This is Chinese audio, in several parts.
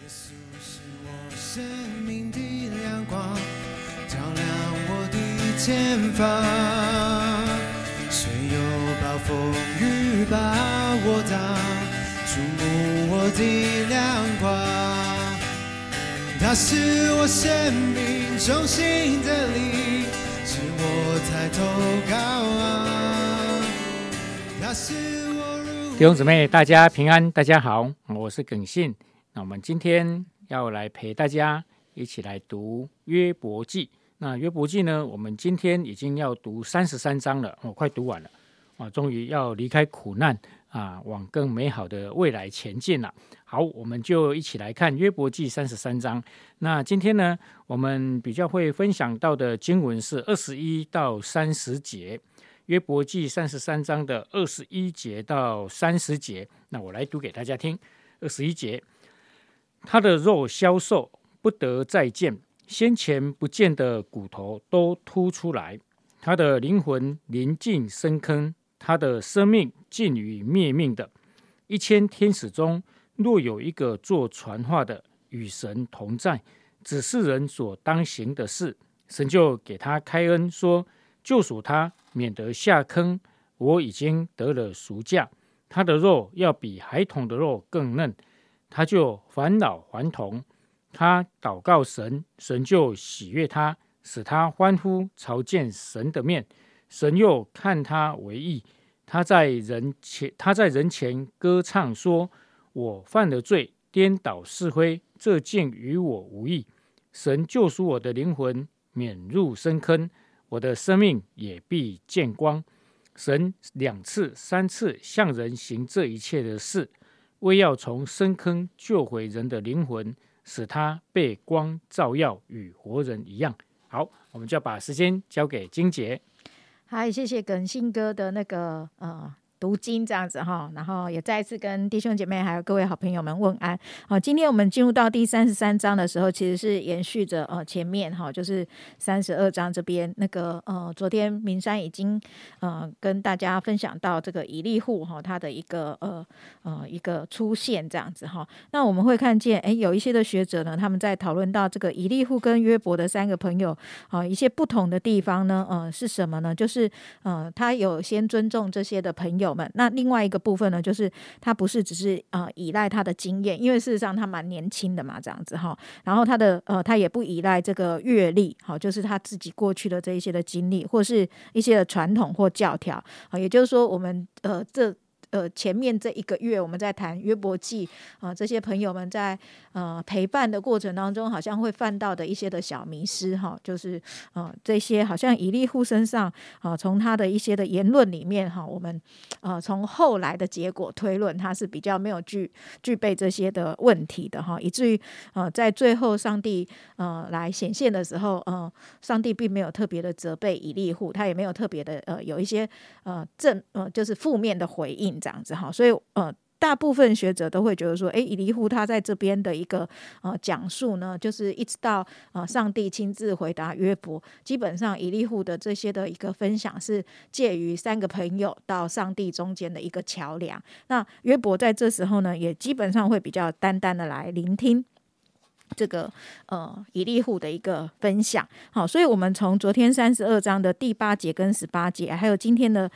耶稣是我生命的亮光，照亮我的前方。虽有暴风雨把我挡，注目我的亮光。它是我生命中心的力，使我抬头高昂。它是我如弟兄姊妹，大家平安，大家好，我是耿信。那我们今天要来陪大家一起来读约伯记。那约伯记呢，我们今天已经要读33章了，快读完了终于要离开苦难往更美好的未来前进了。好，我们就一起来看约伯记33章。那今天呢，我们比较会分享到的经文是21到30节。约伯记33章的21节到30节，那我来读给大家听。21节，他的肉消瘦，不得再见，先前不见的骨头都凸出来，他的灵魂临近深坑，他的生命近于灭命的。1000天使中，若有一个做传话的，与神同在，指示人所当行的事，神就给他开恩，说救赎他，免得下坑。我已经得了赎价，他的肉要比孩童的肉更嫩，他就返老还童。他祷告神，神就喜悦他，使他欢呼，朝见神的面。神又看他为义，他在人前歌唱说，我犯了罪，颠倒是非，这竟与我无益。神救赎我的灵魂，免入深坑，我的生命也必见光。神2次3次向人行这一切的事，为要从深坑救回人的灵魂，使他被光照耀，与活人一样。好，我们就要把时间交给金姐。 嗨，谢谢耿信哥的那个读经这样子哈，然后也再一次跟弟兄姐妹还有各位好朋友们问安。今天我们进入到第33章的时候，其实是延续着前面就是32章这边那个昨天明山已经跟大家分享到这个以利户他的一个出现这样子哈。那我们会看见有一些的学者呢，他们在讨论到这个以利户跟约伯的3个朋友一些不同的地方呢是什么呢？就是他有先尊重这些的朋友们，那另外一个部分呢，就是他不是只是依赖他的经验，因为事实上他蛮年轻的嘛，这样子哈。然后他也不依赖这个阅历，就是他自己过去的这一些的经历，或是一些的传统或教条。也就是说，我们前面这1个月我们在谈约伯记这些朋友们在陪伴的过程当中，好像会犯到的一些的小迷失就是这些好像以利户身上从他的一些的言论里面我们从后来的结果推论，他是比较没有具备这些的问题的以至于在最后上帝来显现的时候，上帝并没有特别的责备以利户，他也没有特别的有一些就是负面的回应这样子所以大部分学者都会觉得说，以利户他在这边的一个讲述呢，就是一直到上帝亲自回答约伯，基本上以利户的这些的一个分享是介于3个朋友到上帝中间的一个桥梁。那约伯在这时候呢，也基本上会比较单单的来聆听这个以利户的一个分享。好，所以我们从昨天32章的第8节跟18节，还有今天的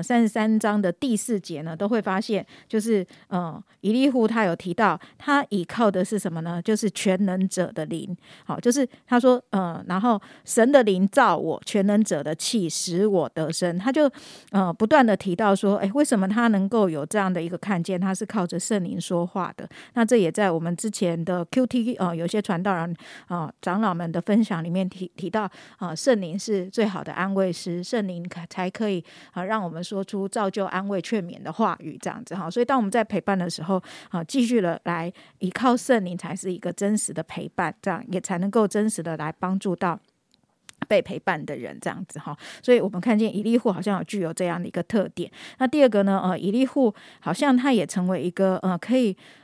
33章的第4节呢，都会发现就是以利户他有提到他依靠的是什么呢？就是全能者的灵。好，就是他说然后神的灵造我，全能者的气使我得生。他就不断的提到说为什么他能够有这样的一个看见，他是靠着圣灵说话的。那这也在我们之前的 QT 有些传道人长老们的分享里面提到圣灵是最好的安慰师，圣灵才可以让我们说出造就安慰劝勉的话语这样子所以当我们在陪伴的时候继续的来依靠圣灵，才是一个真实的陪伴，这样也才能够真实的来帮助到被陪伴的人这样子所以我们看见以利户好像具有这样的一个特点。那第二个呢以利户好像他也成为一个可以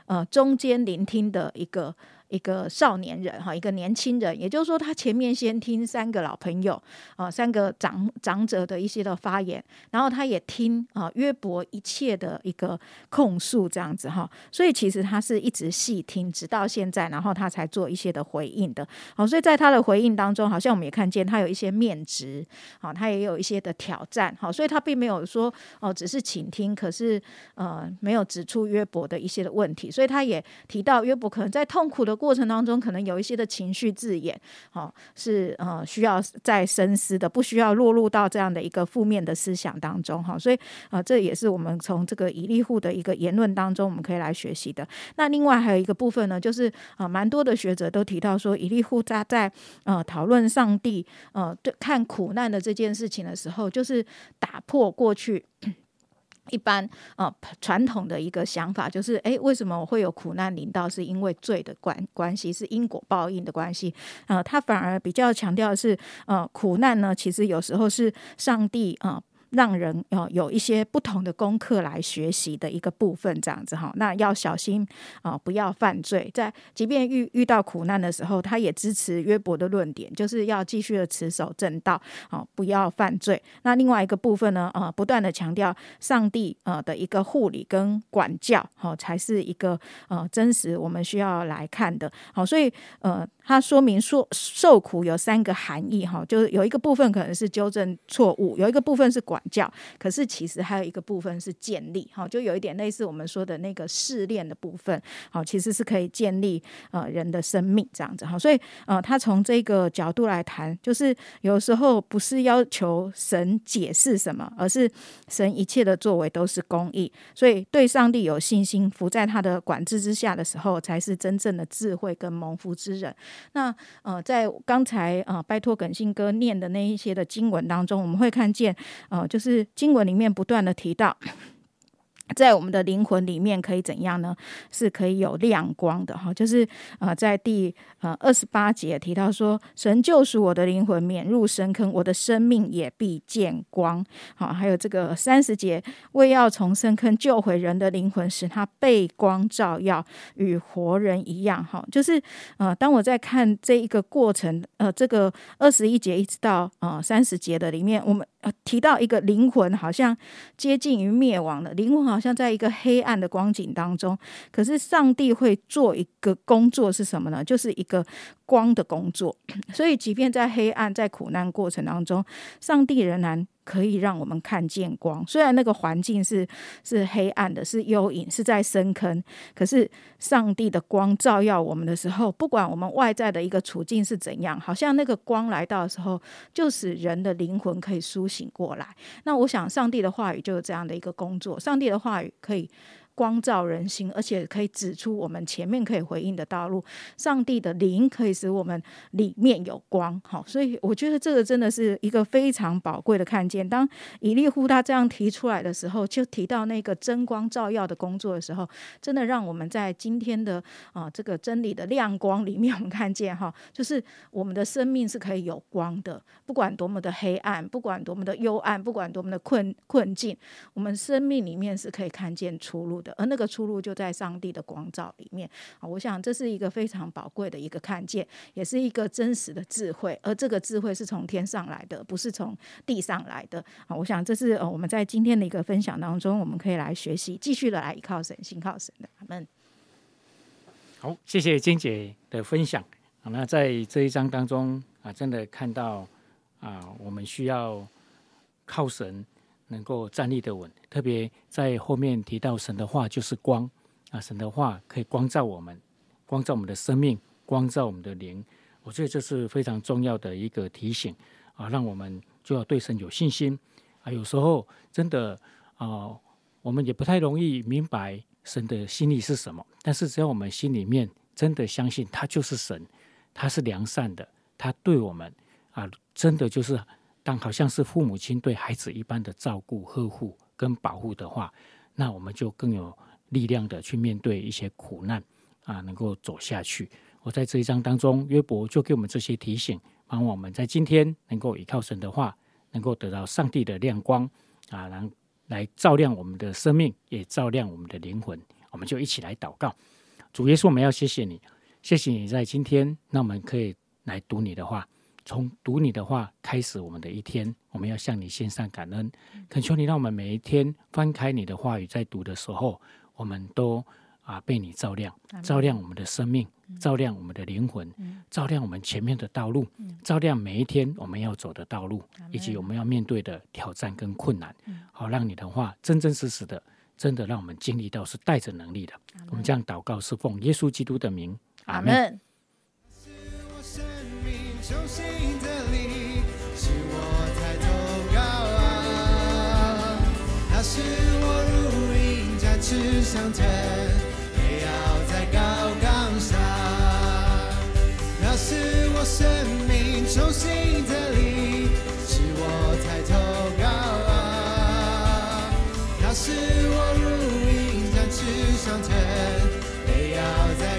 中间聆听的一个少年人哈，一个年轻人，也就是说，他前面先听3个老朋友3个长者的一些的发言，然后他也听约伯一切的一个控诉这样子哈，所以其实他是一直细听，直到现在，然后他才做一些的回应的。好，所以在他的回应当中，好像我们也看见他有一些面质，好，他也有一些的挑战，好，所以他并没有说只是倾听，可是没有指出约伯的一些的问题，所以他也提到约伯可能在痛苦的过程当中，可能有一些的情绪字眼，是需要再深思的，不需要落入到这样的一个负面的思想当中，所以这也是我们从这个以利户的一个言论当中我们可以来学习的。那另外还有一个部分呢，就是蛮多的学者都提到说，以利户他在讨论上帝对看苦难的这件事情的时候，就是打破过去一般传统的一个想法，就是为什么我会有苦难临到，是因为罪的关系，是因果报应的关系。他反而比较强调的是苦难呢，其实有时候是上帝让人有一些不同的功课来学习的一个部分，这样子哈。那要小心不要犯罪。在即便遇到苦难的时候，他也支持约伯的论点，就是要继续的持守正道，不要犯罪。那另外一个部分呢，不断的强调上帝的一个护理跟管教，才是一个真实我们需要来看的。好，所以他说明说受苦有3个含义哈，就是有一个部分可能是纠正错误，有一个部分是管教，可是其实还有一个部分是建立，就有一点类似我们说的那个试炼的部分，其实是可以建立人的生命这样子。所以他从这个角度来谈，就是有时候不是要求神解释什么，而是神一切的作为都是公义，所以对上帝有信心，服在他的管制之下的时候，才是真正的智慧跟蒙福之人。那在刚才拜托耿信哥念的那一些的经文当中，我们会看见就是经文里面不断的提到，在我们的灵魂里面可以怎样呢？是可以有亮光的哈，就是在第28节提到说，神救赎我的灵魂免入深坑，我的生命也必见光。好，还有这个30节，为要从深坑救回人的灵魂，使他被光照耀，与活人一样。哈，就是当我在看这一个过程，这个21节一直到30节的里面，我们提到一个灵魂好像接近于灭亡了，灵魂好像在一个黑暗的光景当中，可是上帝会做一个工作是什么呢？就是一个光的工作。所以即便在黑暗在苦难过程当中，上帝仍然可以让我们看见光，虽然那个环境是黑暗的，是幽隐，是在深坑，可是上帝的光照耀我们的时候，不管我们外在的一个处境是怎样，好像那个光来到的时候，就使人的灵魂可以苏醒过来。那我想上帝的话语就是这样的一个工作，上帝的话语可以光照人心，而且可以指出我们前面可以回应的道路。上帝的灵可以使我们里面有光，好，所以我觉得这个真的是一个非常宝贵的看见。当以利户他这样提出来的时候，就提到那个真光照耀的工作的时候，真的让我们在今天的这个真理的亮光里面，我们看见就是我们的生命是可以有光的，不管多么的黑暗，不管多么的幽暗，不管多么的困境，我们生命里面是可以看见出路的，而那个出路就在上帝的光照里面。我想这是一个非常宝贵的一个看见，也是一个真实的智慧，而这个智慧是从天上来的，不是从地上来的。我想这是我们在今天的一个分享当中，我们可以来学习，继续的来依靠神，信靠神的。阿们。 好，谢谢金姐的分享。那在这一章当中真的看到我们需要靠神能够站立得稳，特别在后面提到神的话就是光神的话可以光照我们，光照我们的生命，光照我们的灵。我觉得这是非常重要的一个提醒让我们就要对神有信心有时候真的我们也不太容易明白神的心意是什么，但是只要我们心里面真的相信他就是神，他是良善的，他对我们真的就是当好像是父母亲对孩子一般的照顾呵护跟保护的话，那我们就更有力量的去面对一些苦难能够走下去。我在这一章当中，约伯就给我们这些提醒，帮我们在今天能够依靠神的话，能够得到上帝的亮光来照亮我们的生命，也照亮我们的灵魂。我们就一起来祷告。 主耶稣，我们要谢谢你，谢谢你在今天，那我们可以来读你的话，从读你的话开始我们的一天，我们要向你献上感恩，恳求你让我们每一天翻开你的话语，在读的时候，我们都被你照亮，照亮我们的生命，照亮我们的灵魂，照亮我们前面的道路，照亮每一天我们要走的道路，以及我们要面对的挑战跟困难，好让你的话真真实实的，真的让我们经历到是带着能力的。我们这样祷告是奉耶稣基督的名，阿们。 是我生命重新的力，是我抬头高昂，那是我如鹰展翅上腾，飞摇在高岗上，那是我生命重新的力，是我抬头高昂，那是我如鹰展翅上腾，飞摇在